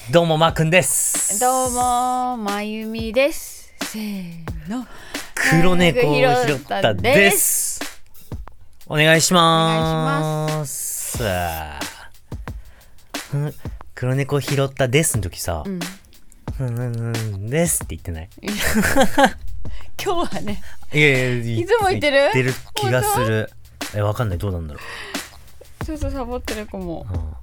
どうもまーくんです。 どうもまゆみです。せーの、 黒猫を拾ったです。お願いします。黒猫を拾ったですの時さ、ですって言ってない？ 今日はね、 いつも言ってる？ 言ってる気がする。わかんない、どうなんだろう。 ちょっとサボってる子も。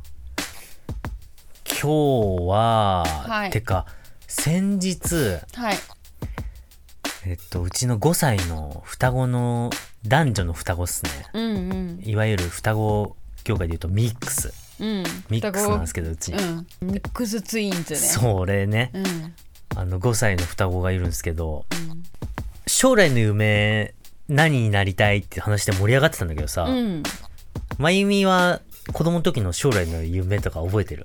今日は、 はい、 てか先日、 はい、 うちの5歳の双子の男女の双子っすね。いわゆる双子業界で言うとミックス、ミックスなんですけど、うち、 ミックスツインズね。 それね、5歳の双子がいるんですけど、将来の夢何になりたいって話で盛り上がってたんだけどさ、まゆみは子供の時の将来の夢とか覚えてる？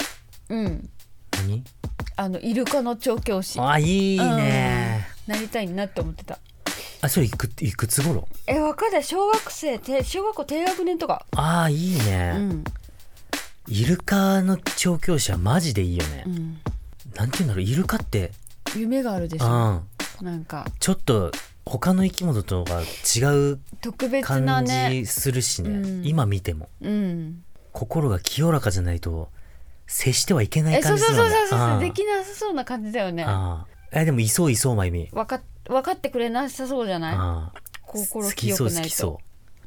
何？ イルカの調教師。 いいね、 なりたいなって思ってた。 それいくつ頃？ わかんない。小学校低学年とか。 いいね、イルカの調教師はマジでいいよね。なんていうんだろう、イルカって夢があるでしょ。なんかちょっと他の生き物とは違う特別なね感じするしね、今見ても、心が清らかじゃないと接してはいけない感じするもんね。 そうできなさそうな感じだよね。 でもいそうまゆみ。 分かってくれなさそうじゃない？心清くないと。好きそう。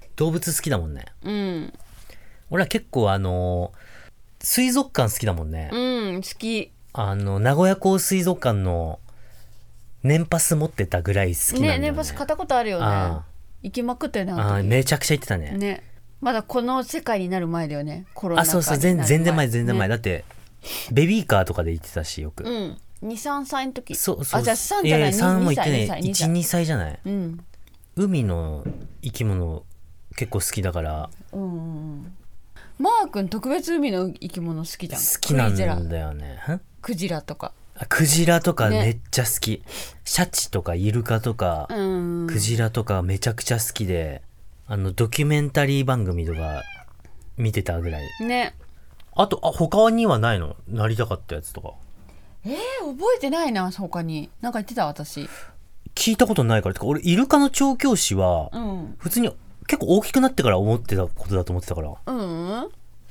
動物好きだもんね。俺は結構水族館好きだもんね。 好き。 名古屋港水族館の年パス持ってたぐらい好きなんだよね。 年パス買ったことあるよね。行きまくってね。 めちゃくちゃ行ってたね。 まだこの世界になる前だよね。コロナ禍になる前。 全然前、だってベビーカーとかで行ってたし、よく。 2、3歳の時。 じゃあ 3じゃない。 3も行ってない。1、2歳じゃない。海の生き物結構好きだから。 マー君特別海の生き物好きじゃん。 好きなんだよね。 クジラとか。 クジラとかめっちゃ好き。シャチとかイルカとか、クジラとかめちゃくちゃ好きで、ドキュメンタリー番組とか見てたぐらいね。 あと他にはないの？なりたかったやつとか。 覚えてないな。他になんか言ってた？私聞いたことないから。俺イルカの調教師は、普通に結構大きくなってから思ってたことだと思ってたから。大きくな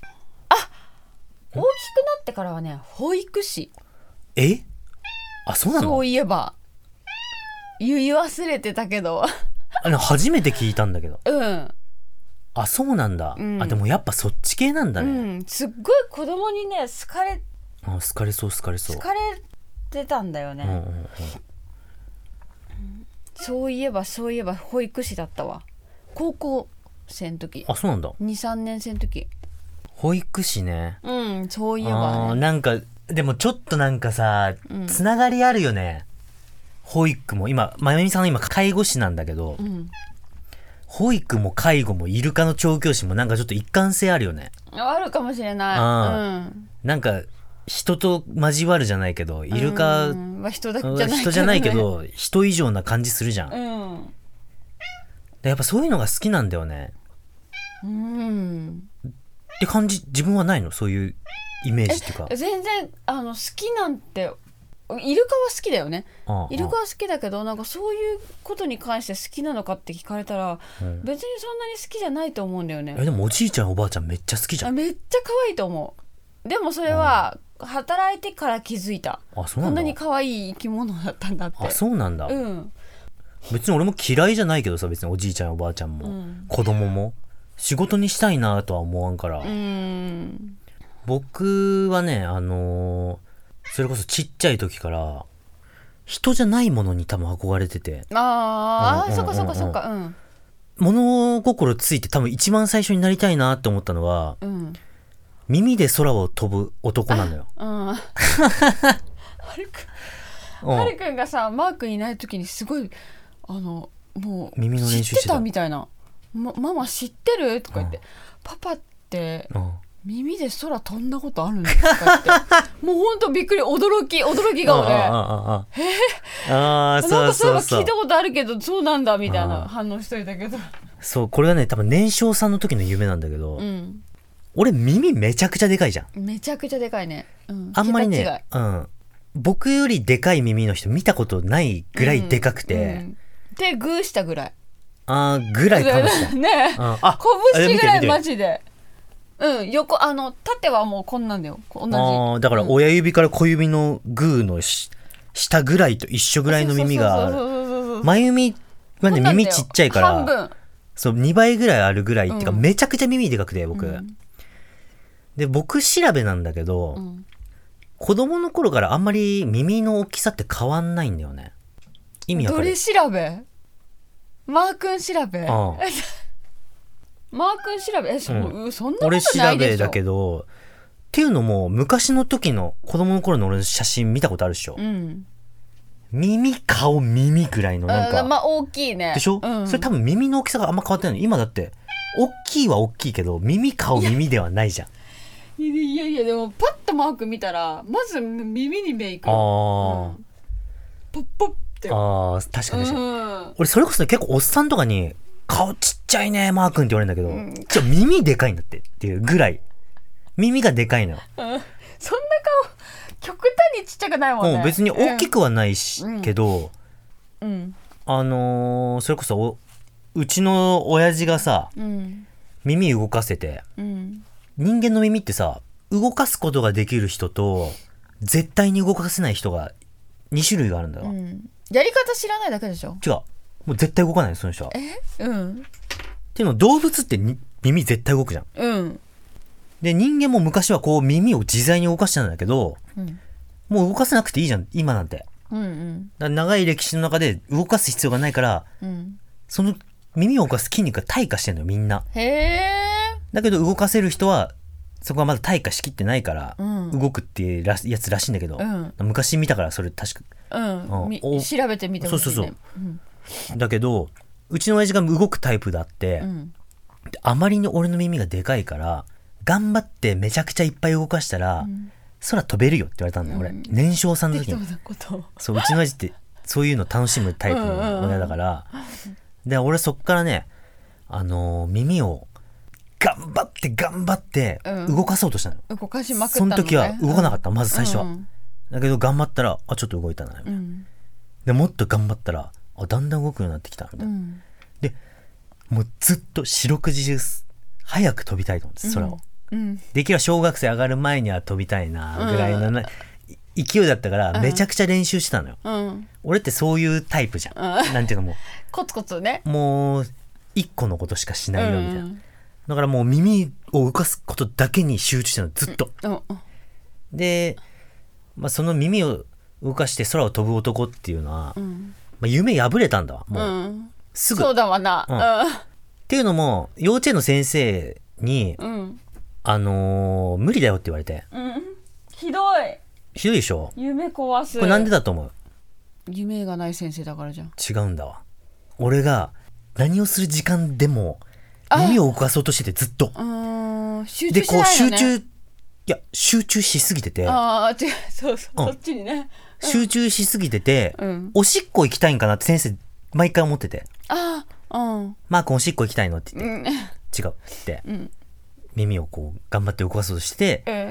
ってからはね、保育士。 そうなの？ そういえば言い忘れてたけど初めて聞いたんだけど。そうなんだ。でもやっぱそっち系なんだね。 すっごい子供にね好かれそう好かれてたんだよね。そういえば保育士だったわ。高校生の時。 そうなんだ。 2、3年生の時。 保育士ね。 そういえばね。 なんかでもちょっとなんかさ、つながりあるよね。保育も今まゆみさんは今介護士なんだけど、保育も介護もイルカの調教師もなんかちょっと一貫性あるよね。 あるかもしれない。 なんか人と交わるじゃないけど、イルカは人じゃないけど人以上な感じするじゃん。でやっぱそういうのが好きなんだよね。って感じ自分はないの？そういうイメージっていうか。 全然好きなんて。イルカは好きだよね。イルカは好きだけど、なんかそういうことに関して好きなのかって聞かれたら、別にそんなに好きじゃないと思うんだよね。 でもおじいちゃんおばあちゃんめっちゃ好きじゃん。 めっちゃ可愛いと思う。でもそれは働いてから気づいた。こんなに可愛い生き物だったんだって。 そうなんだ。別に俺も嫌いじゃないけどさ、別におじいちゃんおばあちゃんも、子供も仕事にしたいなとは思わんから。僕はね、それこそちっちゃい時から人じゃないものに多分憧れてて。そっか。物心ついて多分一番最初になりたいなって思ったのは、耳で空を飛ぶ男なのよ。はるくんがさ、マー君いない時にすごいもう耳の練習してた。 知ってたみたいな。ママ知ってる？とか言って、パパって耳で空飛んだことあるんですかってもうほんとびっくり、驚き顔でなんかそういえば聞いたことあるけどそうなんだみたいな反応しといたけど、 そうこれはね多分年少さんの時の夢なんだけど、 俺耳めちゃくちゃでかいじゃん。 めちゃくちゃでかいね、 あんまりね、僕よりでかい耳の人見たことないぐらいでかくて、 でグーしたぐらいぐらいかもしれないね。拳ぐらいマジで。横縦はもうこんなんだよ、同じ。 だから親指から小指のグーの下ぐらいと一緒ぐらいの耳がある。真弓はね耳ちっちゃいから半分、 そう2倍ぐらいあるぐらいっていうか、めちゃくちゃ耳でかくて僕、で僕調べなんだけど、子供の頃からあんまり耳の大きさって変わんないんだよね。意味わかる？ どれ調べ？マー君調べ？マー君調べ？そんなことないでしょ。 俺調べだけど、っていうのも昔の時の子供の頃の俺の写真見たことあるでしょ。耳顔耳ぐらいのなんか、 まあ大きいねでしょ、それ多分耳の大きさがあんま変わってないの。今だって大きいは大きいけど耳顔耳ではないじゃん。 いやでもパッとマーク見たらまず耳に目いく。ポッポッって。 確かに、俺それこそ結構おっさんとかに顔ちっちゃいねマー君って言われるんだけど、耳でかいんだっていうぐらい耳がでかいのよ。 そんな顔極端にちっちゃくないもんね。 別に大きくはないし、けど、それこそうちの親父がさ、耳動かせて、人間の耳ってさ動かすことができる人と絶対に動かせない人が2種類があるんだよ、 やり方知らないだけでしょ。 違う、もう絶対動かないのその人は。っていうの動物って耳絶対動くじゃん。で人間も昔はこう耳を自在に動かしてたんだけど、もう動かせなくていいじゃん今なんて。だから長い歴史の中で動かす必要がないから、その耳を動かす筋肉が退化してんのよみんな。だけど動かせる人はそこはまだ退化しきってないから、動くっていうやつらしいんだけど、昔見たからそれ確か、 調べてみてほしいね。 だけどうちの親父が動くタイプだって、あまりに俺の耳がでかいから頑張ってめちゃくちゃいっぱい動かしたら、空飛べるよって言われたんだよ、俺年少さんの時に。そう、うちの親父ってそういうの楽しむタイプの親だから、で俺そっからね耳を頑張って動かそうとしたの、 動かしまくったのね。 その時は動かなかった、まず最初は、だけど頑張ったらちょっと動いたなみたいな、でもっと頑張ったらだんだん動くようになってきたみたいな、でもうずっと四六時中早く飛びたいと思って空を、できれば小学生上がる前には飛びたいなぐらいの、勢いだったからめちゃくちゃ練習してたのよ、俺ってそういうタイプじゃん、なんていうのもコツコツね、 もう一個のことしかしないよみたいな、だからもう耳を動かすことだけに集中してるのずっと、で、その耳を動かして空を飛ぶ男っていうのは、夢破れたんだわもう、すぐ。 そうだわな、 っていうのも幼稚園の先生に、無理だよって言われて、 ひどいでしょ。 夢壊す。 これなんでだと思う？ 夢がない先生だからじゃん。 違うんだわ。俺が何をする時間でも耳を動かそうとしててずっと、 集中しないよね。 集中しすぎてて、 違う、そう、そっちにね、 集中しすぎてて、おしっこ行きたいんかなって先生毎回思ってて、マー君おしっこ行きたいのって言って、違うって、耳をこう頑張って動かそうとして、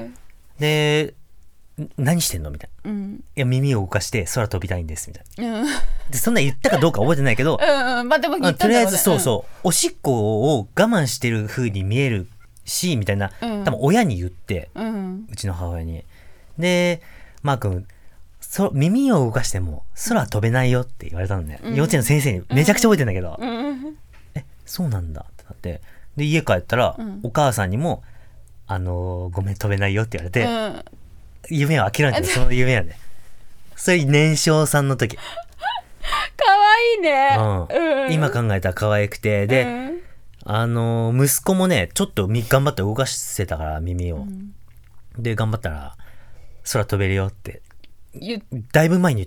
で何してんのみたいな、いや耳を動かして空飛びたいんですみたいな、でそんな言ったかどうか覚えてないけど、 でも言ったんだろうね。 とりあえずおしっこを我慢してる風に見えるしみたいな、多分親に言って、うちの母親に、でマー君耳を動かしても空飛べないよって言われたんだよ、幼稚園の先生に。めちゃくちゃ覚えてんだけど、そうなんだってなって、で家帰ったら、お母さんにもごめん飛べないよって言われて、夢を諦めて、その夢はね、それ年少さんの時。 かわいいね、 今考えたら可愛くて、で、息子もねちょっと頑張って動かしてたから耳を、で頑張ったら空飛べるよってだいぶ前に言った、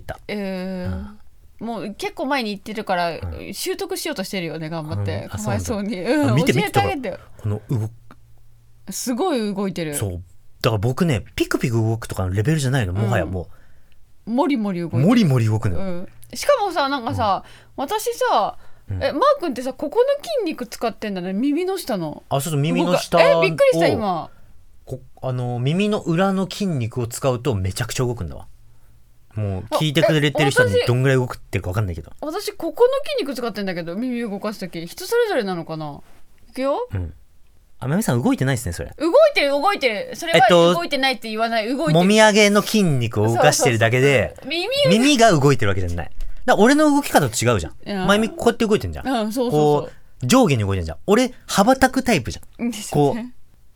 もう結構前に言ってるから、習得しようとしてるよね、頑張って、かわいそうに。 見て教えてあげてよ。 このすごい動いてる。 そうだから僕ねピクピク動くとかのレベルじゃないの、もはやもうモリモリ動くのよ、 しかもさなんかさ、私さマー君ってさここの筋肉使ってんだね。耳の下の。 あ、そうそう、耳の下びっくりした今。 耳の裏の筋肉を使うとめちゃくちゃ動くんだわ。もう聞いてくれてる人にどんぐらい動くってるか分かんないけど、 私ここの筋肉使ってんだけど、耳動かすとき人それぞれなのかな。いくよ。 まゆみさん動いてないですねそれ。 動いてる。それは動いてないって言わない。動いてる。 もみあげの筋肉を動かしてるだけで耳が動いてるわけじゃない。だから俺の動き方と違うじゃん。まゆみこうやって動いてんじゃん。こう上下に動いてんじゃん。俺羽ばたくタイプじゃん。こう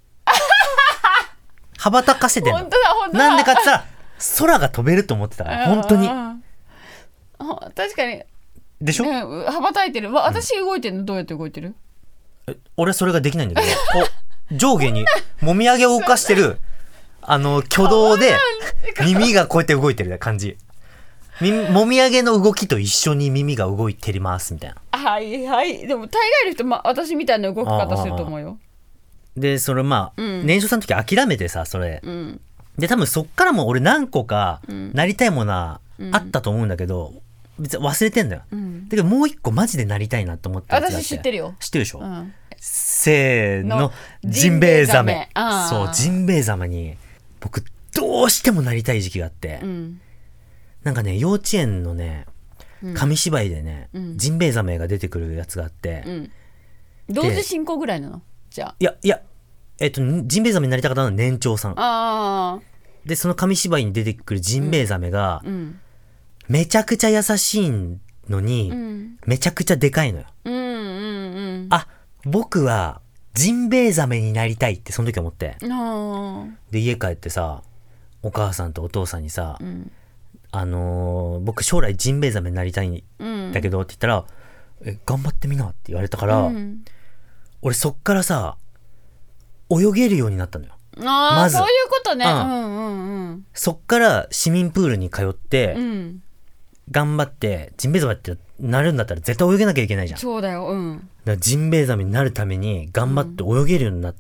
羽ばたかせてんの。なんでかって言ったら空が飛べると思ってたから本当に。 確かに。 でしょ。 羽ばたいてる。私動いてるの。どうやって動いてる？ 俺はそれができないんだけど、こう上下にもみあげを動かしてる挙動で耳がこうやって動いてる感じ。もみあげの動きと一緒に耳が動いてますみたいな。 はいはい。でも大概の人、私みたいな動き方すると思うよ。 でそれ年少さんの時諦めてさそれ、で多分そっからも俺何個かなりたいものはあったと思うんだけど、別に忘れてんだよ、だけどもう一個マジでなりたいなと思って。 私知ってるよ。 知ってるでしょ、せーの、ジンベエザメ。そう、ジンベエザメに僕どうしてもなりたい時期があって、なんかね幼稚園のね紙芝居でね、ジンベエザメが出てくるやつがあって、 同時進行ぐらいなのじゃあ。 いやジンベエザメになりたかったのは年長さんで、その紙芝居に出てくるジンベエザメが、めちゃくちゃ優しいのに、めちゃくちゃでかいのよ。あ、僕はジンベエザメになりたいってその時思って、で家帰ってさお母さんとお父さんにさ、僕将来ジンベエザメになりたいんだけどって言ったら、頑張ってみなって言われたから、俺そっからさ泳げるようになったのよ。まずそういうことね。 そっから市民プールに通って、頑張ってジンベエザメってなるんだったら絶対泳げなきゃいけないじゃん。 そうだよ。だからジンベエザメになるために頑張って泳げるようになって、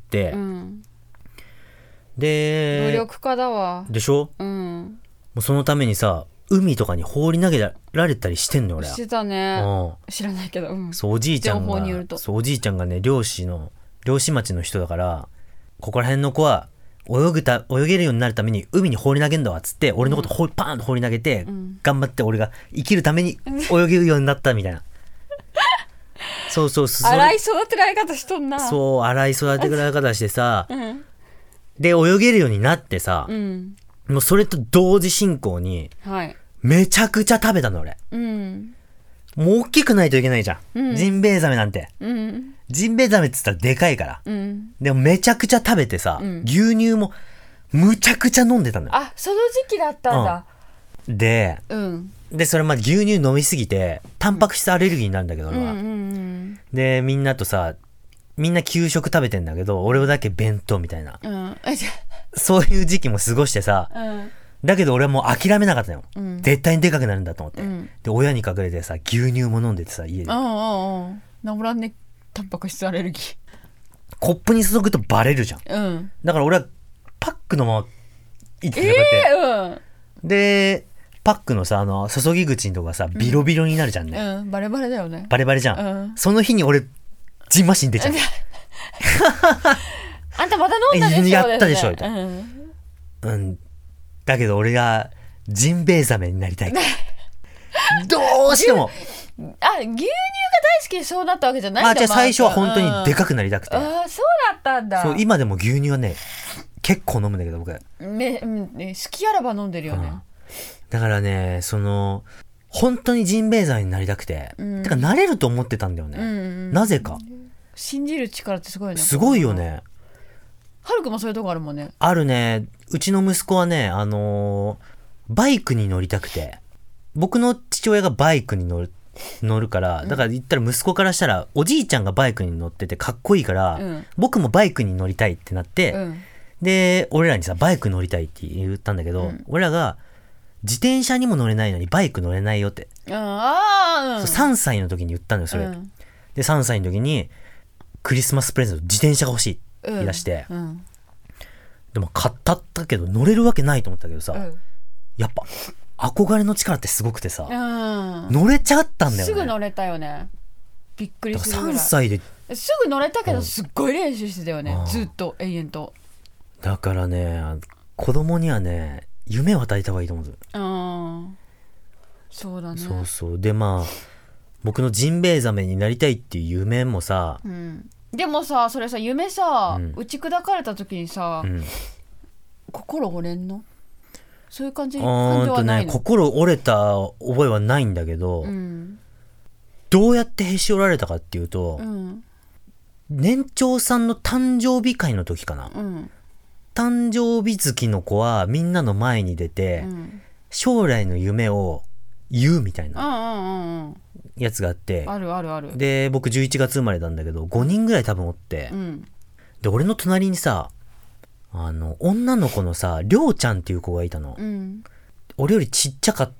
で努力家だわ。 でしょ、もうそのためにさ海とかに放り投げられたりしてんのよ俺。 してたね。知らないけど、 そうおじいちゃんがね漁師町の人だから、ここら辺の子は泳げるようになるために海に放り投げんだわっつって、俺のことパーンと放り投げて、頑張って俺が生きるために泳げるようになったみたいな。そう洗い育てられ方しとんな。 そう洗い育てられ方してさ、で泳げるようになってさ、もうそれと同時進行に、めちゃくちゃ食べたの俺。もう大きくないといけないじゃん、ジンベエザメなんて、ジンベエザメって言ったらでかいから、でもめちゃくちゃ食べてさ、牛乳もむちゃくちゃ飲んでたのよ。 あ、その時期だったんだ。 で、それ牛乳飲みすぎてタンパク質アレルギーになるんだけど俺は、でみんな給食食べてんだけど俺だけ弁当みたいな、そういう時期も過ごしてさ、だけど俺はもう諦めなかったのよ、絶対にでかくなるんだと思って、で親に隠れてさ牛乳も飲んでてさ家で、治らんねタンパク質アレルギー。 コップに注ぐとバレるじゃん、だから俺はパックのまま生きてなかった、でパックのさ注ぎ口のとこがさビロビロになるじゃんね、 バレバレだよね。 バレバレじゃん、その日に俺ジンマシン出ちゃうあんたまた飲んだでしょやったでしょみたいな、だけど俺がジンベエザメになりたいどうしても牛乳が大好きでそうなったわけじゃないんだ。 じゃあ最初は本当にでかくなりたくて、 そうだったんだ。 そう今でも牛乳はね結構飲むんだけど僕、 好きあらば飲んでるよね、 だからね本当にジンベエザメになりたくて、てかなれると思ってたんだよね、なぜか信じる力ってすごいね。 すごいよね。 はるくもそういうとこあるもんね。 あるね。うちの息子はねバイクに乗りたくて、僕の父親がバイクに乗るから、だから言ったら息子からしたらおじいちゃんがバイクに乗っててかっこいいから、僕もバイクに乗りたいってなって、で俺らにさバイク乗りたいって言ったんだけど、俺らが自転車にも乗れないのにバイク乗れないよって、3歳の時に言ったのよそれ、で3歳の時にクリスマスプレゼント自転車が欲しいって言い出して、でも買ったけど乗れるわけないと思ったけどさ、やっぱ憧れの力ってすごくてさ、乗れちゃったんだよね。 すぐ乗れたよね。 びっくりするぐらい。 3歳ですぐ乗れたけどすっごい練習してたよね、ずっと永遠と。 だからね、子供にはね夢を与えた方がいいと思う。 そうだね。 そうそう。でまあ僕のジンベエザメになりたいっていう夢もさ、 でもさそれさ夢さ、打ち砕かれた時にさ、心折れんの？そういう感じはないの？ 心折れた覚えはないんだけど、どうやってへし折られたかっていうと、年長さんの誕生日会の時かな、誕生日月の子はみんなの前に出て、将来の夢を言うみたいなやつがあって、 あるあるある。 で僕11月生まれなんだけど5人ぐらい多分おって、で俺の隣にさ女の子のさりょうちゃんっていう子がいたの、俺よりちっちゃかって、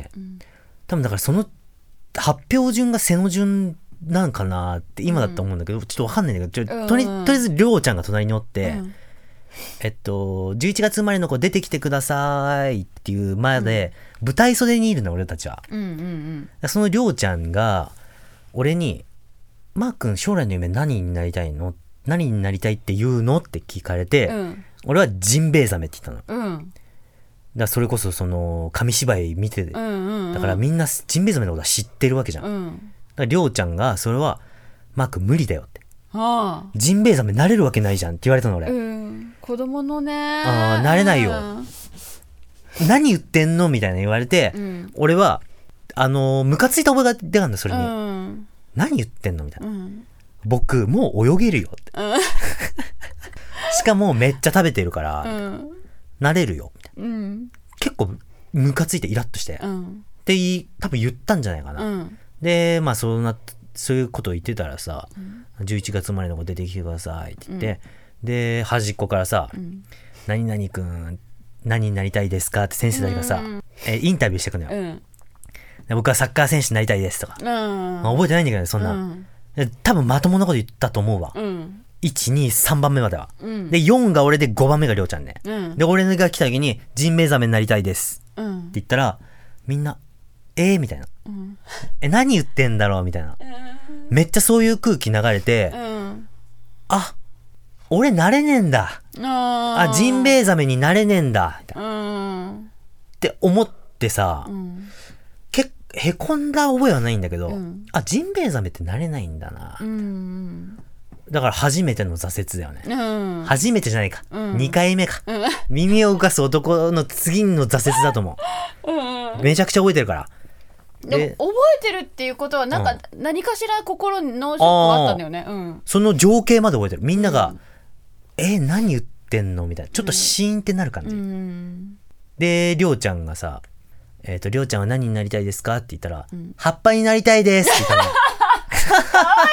多分だからその発表順が背の順なんかなって今だと思うんだけど、ちょっとわかんないんだけど、とりあえずりょうちゃんが隣におって、11月生まれの子出てきてくださいっていう前で、舞台袖にいるの俺たちは、そのりょうちゃんが俺にマー君将来の夢何になりたいの、何になりたいって言うのって聞かれて、俺はジンベエザメって言ったの、だからそれこそその紙芝居見て、だからみんなジンベエザメのことは知ってるわけじゃん、だからりょうちゃんがそれはマー君無理だよって、ジンベエザメなれるわけないじゃんって言われたの俺、 子供のねなれないよ、何言ってんのみたいな言われて、俺はムカついた覚えが出たんだそれに、何言ってんのみたいな、僕もう泳げるよって、しかもめっちゃ食べてるから、なれるよみたいな、結構ムカついてイラッとして、って多分言ったんじゃないかな、でまあそういうことを言ってたらさ、11月生まれの子出てきてくださいって言って、で端っこからさ、何々くん何になりたいですかって先生たちがさ、インタビューしてくのよ、で僕はサッカー選手になりたいですとか、覚えてないんだけどねそんな、多分まともなこと言ったと思うわ、1,2,3 番目までは、で4が俺で5番目がりょうちゃんね、で俺が来た時にジンベエザメになりたいですって言ったら、みんなみたいな、何言ってんだろうみたいな、めっちゃそういう空気流れて、あ、俺なれねえんだ、ジンベエザメになれねえんだって思ってさ、へこんだ覚えはないんだけど、ジンベエザメってなれないんだな、だから初めての挫折だよね、初めてじゃないか、2回目か、耳を動かす男の次の挫折だと思う、めちゃくちゃ覚えてるから。 でも覚えてるっていうことはなんか、何かしら心のショックがあったんだよね、その情景まで覚えてる。みんなが、何言ってんのみたいな、ちょっとシーンってなる感じ、でりょうちゃんがさ、りょうちゃんは何になりたいですかって言ったら、葉っぱになりたいですって言ったの。かわ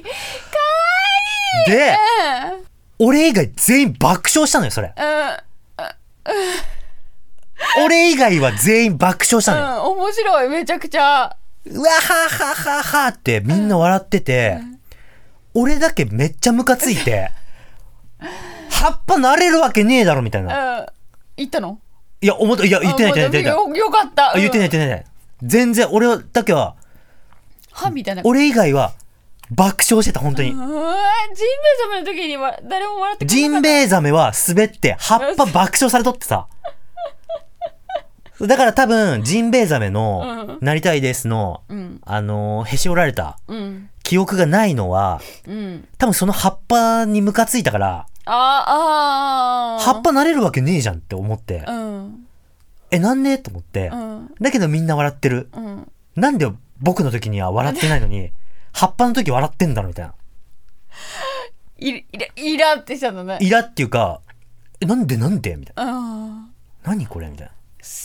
いいで、俺以外全員爆笑したのよそれ、俺以外は全員爆笑したのよ、 面白い、めちゃくちゃうわははははってみんな笑ってて、俺だけめっちゃムカついて葉っぱなれるわけねえだろみたいな、 言ったの？ いや言ってないよかった、 言ってない全然。俺だけはみたいな、 俺以外は爆笑してた本当に。ジンベエザメの時には誰も笑ってくれなかった。 ジンベエザメは滑って葉っぱ爆笑されとってさだから多分ジンベエザメのなりたいですの、へし折られた記憶がないのは、多分その葉っぱにムカついたから、葉っぱなれるわけねえじゃんって思って、なんねえと思って、だけどみんな笑ってる、なんで僕の時には笑ってないのに葉っぱの時笑ってんだろみたいな、 イラってしたのね。 イラっていうか、なんでみたいな、何これみたいな、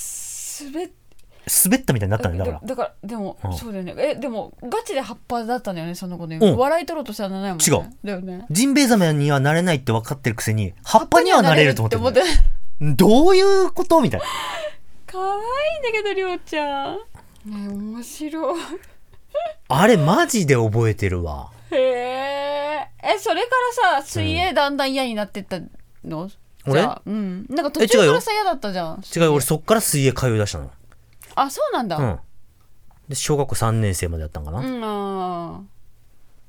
滑ったみたいになったんだよ。 だからでも、そうだよね。でもガチで葉っぱだったんだよねその子ね、笑い取ろうとしたらならないもんね。 違うだよね。 ジンベエザメにはなれないって分かってるくせに葉っぱにはなれると思ってる。どういうことみたいな。 可愛いんだけどりょうちゃん、面白いあれマジで覚えてるわ。 へえ。それからさ水泳だんだん嫌になってったの？ 俺？ なんか途中からさ嫌だったじゃん。 違う、俺そっから水泳通い出したの。 あ、そうなんだ。 で小学校3年生までやったんかな。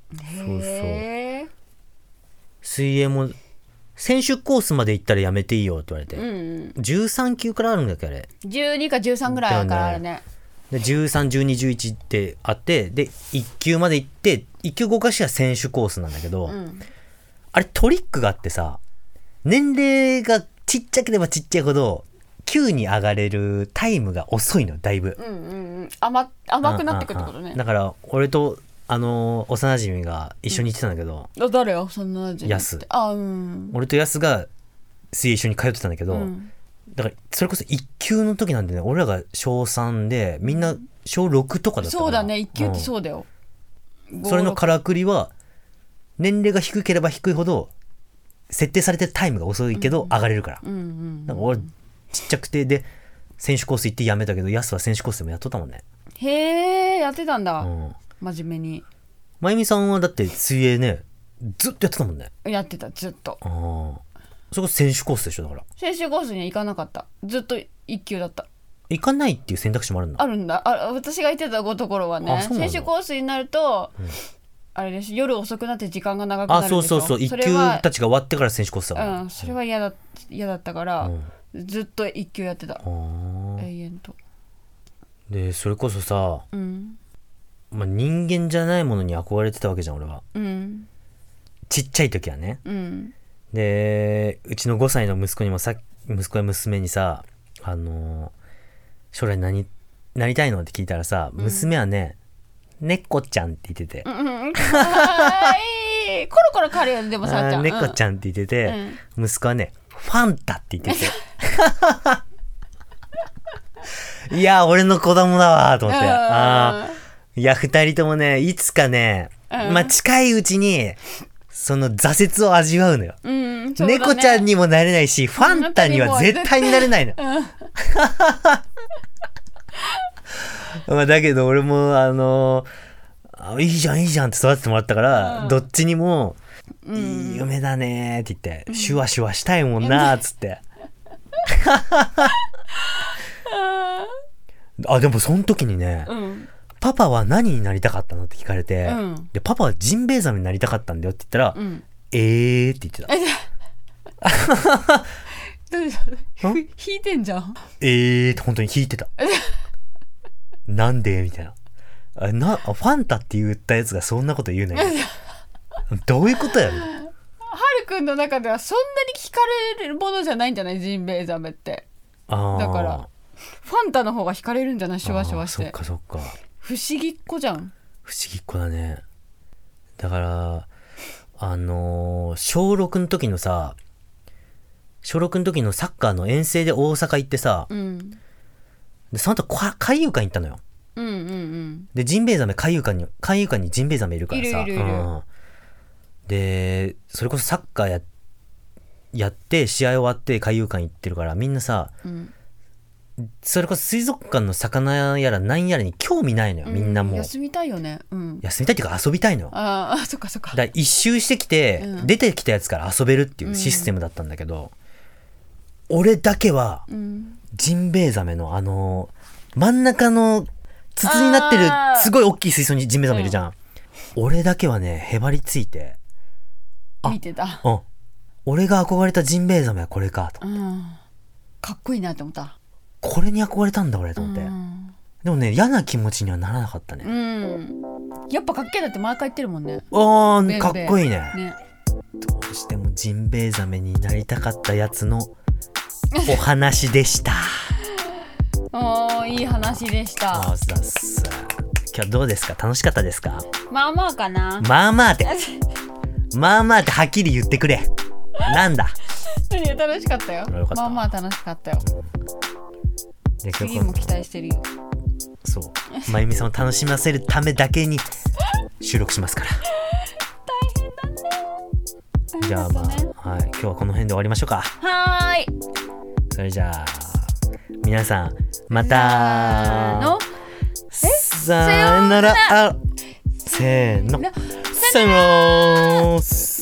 そうそう水泳も選手コースまで行ったらやめていいよって言われて、13級からあるんだっけあれ 12か13ぐらいあるからあれね。 で13、12、11ってあってで1級まで行って1級5かしは選手コースなんだけど、あれトリックがあってさ年齢がちっちゃければちっちゃいほど級に上がれるタイムが遅いのだいぶ、 甘くなってくってことね。 だから俺と幼馴染が一緒に行ってたんだけど、 誰よ幼馴染ヤス。俺とヤスが水泳一緒に通ってたんだけど、だからそれこそ1級の時なんでね俺らが小3でみんな小6とかだったから、 そうだね1級ってそうだよ、 それのからくりは年齢が低ければ低いほど設定されてるタイムが遅いけど上がれるから、なんか俺ちっちゃくてで選手コース行ってやめたけどヤスは選手コースでもやっとったもんね。 へえやってたんだ、真面目に。 まゆみさんはだって水泳ねずっとやってたもんね。 やってたずっと。 それこそ選手コースでしょ。だから選手コースには行かなかった。ずっと1級だった。 行かないっていう選択肢もあるんだ。 あるんだ。私が行ってたところはね選手コースになると、あれです、夜遅くなって時間が長くなるでしょ。 そう1級たちが終わってから選手コースだから、 それは嫌だったから、ずっと1級やってた永遠と。 でそれこそさ、人間じゃないものに憧れてたわけじゃん俺は、ちっちゃい時はね、でうちの5歳の息子にも息子や娘にさ将来何なりたいのって聞いたらさ、娘はね猫ちゃんって言ってて、かわいいコロコロ変わるよね。でもさちゃん猫ちゃんって言ってて、息子はねファンタって言ってていや俺の子供だわと思って、いや2人ともねいつかね、近いうちにその挫折を味わうのよ、猫ちゃんにもなれないしファンタには絶対になれないの、だけど俺もいいじゃんいいじゃんって育ててもらったから、どっちにもいい夢だねって言って、シュワシュワしたいもんなっつってでもその時にね、パパは何になりたかったのって聞かれて、でパパはジンベエザメになりたかったんだよって言ったら、って言ってた引いてんじゃん。 って本当に引いてたなんでみたいな。ファンタって言ったやつがそんなこと言うのよどういうことやろ。 はるくんの中ではそんなに惹かれるものじゃないんじゃない、ジンベエザメって。だからファンタの方が惹かれるんじゃない、シュワシュワして。 そっか不思議っ子じゃん。 不思議っ子だね。だから小6の時のさ、小6の時のサッカーの遠征で大阪行ってさ、でその後海遊館行ったのよ。でジンベエザメ海遊館にジンベエザメいるからさ、 いるでそれこそサッカーやって試合終わって海遊館行ってるからみんなさ、それこそ水族館の魚やら何やらに興味ないのよ、みんなもう休みたいよね、 休みたいっていうか遊びたいのよ。 そっかだから一周してきて、出てきたやつから遊べるっていうシステムだったんだけど、俺だけは、ジンベエザメの真ん中の筒になってるすごい大きい水槽にジンベエザメいるじゃん、俺だけはねへばりついて見てた。 俺が憧れたジンベエザメはこれかと、 かっこいいなって思った。 これに憧れたんだ俺と思って、でもね嫌な気持ちにはならなかったね。 やっぱかっけえだって毎回言ってるもんね。 かっこいい ね。どうしてもジンベエザメになりたかったやつのお話でしたいい話でした。 今日どうですか、楽しかったですか。 まあまあかな。 まあまあってはっきり言ってくれなんだ何が楽しかったよ。まあまあ楽しかったよ。次も期待してるよ。 そうまゆみさんを楽しませるためだけに収録しますから大変だね。じゃあ今日はこの辺で終わりましょうか。それじゃあ皆さんまたさよなら。せーのさよなら。